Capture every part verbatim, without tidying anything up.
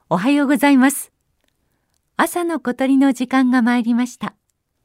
おはようございます。朝の小鳥の時間が参りました。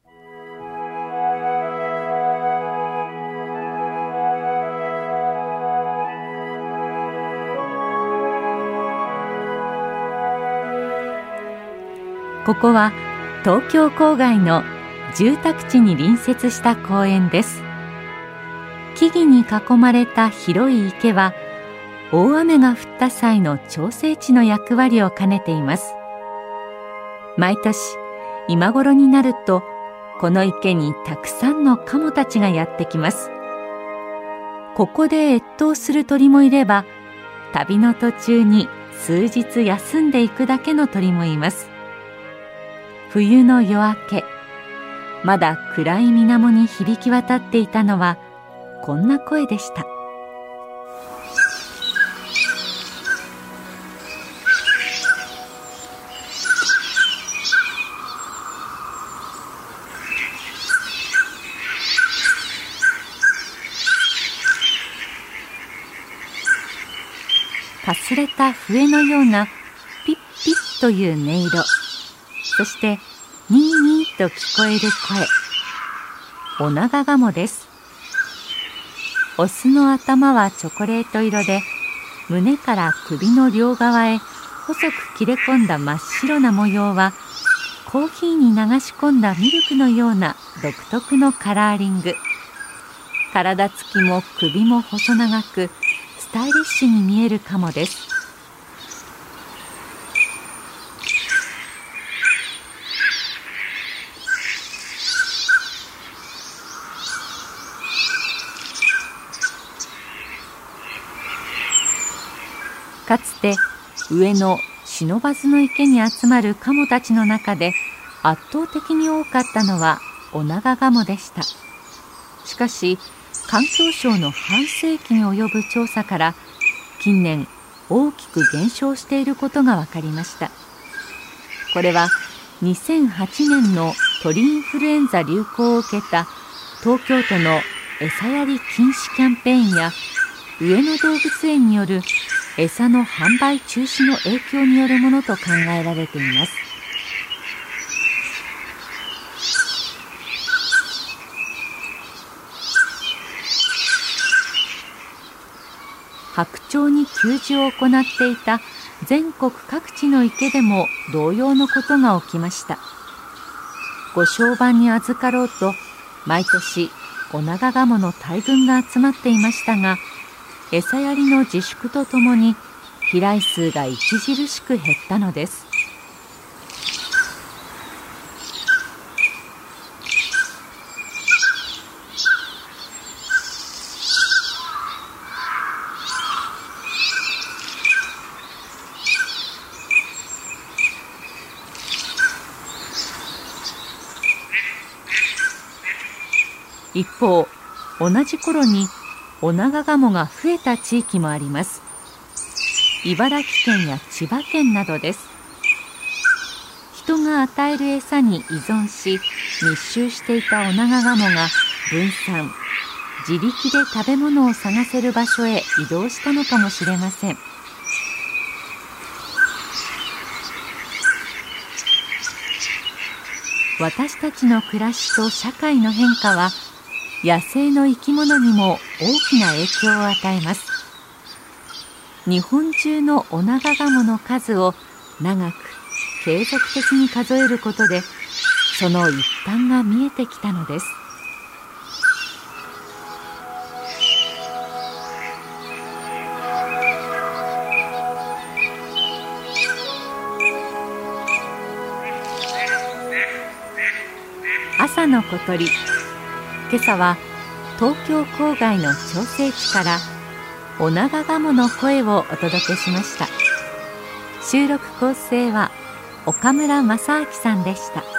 ここは東京郊外の住宅地に隣接した公園です。木々に囲まれた広い池は大雨が降った際の調整池の役割を兼ねています。毎年今頃になるとこの池にたくさんのカモたちがやってきます。ここで越冬する鳥もいれば、旅の途中に数日休んでいくだけの鳥もいます。冬の夜明け、まだ暗い水面に響き渡っていたのはこんな声でした。かすれた笛のようなピッピッという音色、そしてニーニーと聞こえる声、オナガガモです。オスの頭はチョコレート色で、胸から首の両側へ細く切れ込んだ真っ白な模様はコーヒーに流し込んだミルクのような独特のカラーリング。体つきも首も細長くスタイリッシュに見えるカモです。かつて上の不忍池に集まるカモたちの中で圧倒的に多かったのはオナガガモでした。しかし環境省の半世紀に及ぶ調査から近年大きく減少していることが分かりました。これはにせんはちねんの鳥インフルエンザ流行を受けた東京都の餌やり禁止キャンペーンや上野動物園による餌の販売中止の影響によるものと考えられています。白鳥に給餌を行っていた全国各地の池でも同様のことが起きました。ご商売に預かろうと毎年オナガガモの大群が集まっていましたが、餌やりの自粛とともに飛来数が著しく減ったのです。一方、同じ頃にオナガガモが増えた地域もあります。茨城県や千葉県などです。人が与える餌に依存し密集していたオナガガモが分散、自力で食べ物を探せる場所へ移動したのかもしれません。私たちの暮らしと社会の変化は野生の生き物にも大きな影響を与えます。日本中のオナガガモの数を長く継続的に数えることでその一端が見えてきたのです。朝の小鳥、今朝は東京郊外の調整地からオナガガモの声をお届けしました。収録構成は岡村正明さんでした。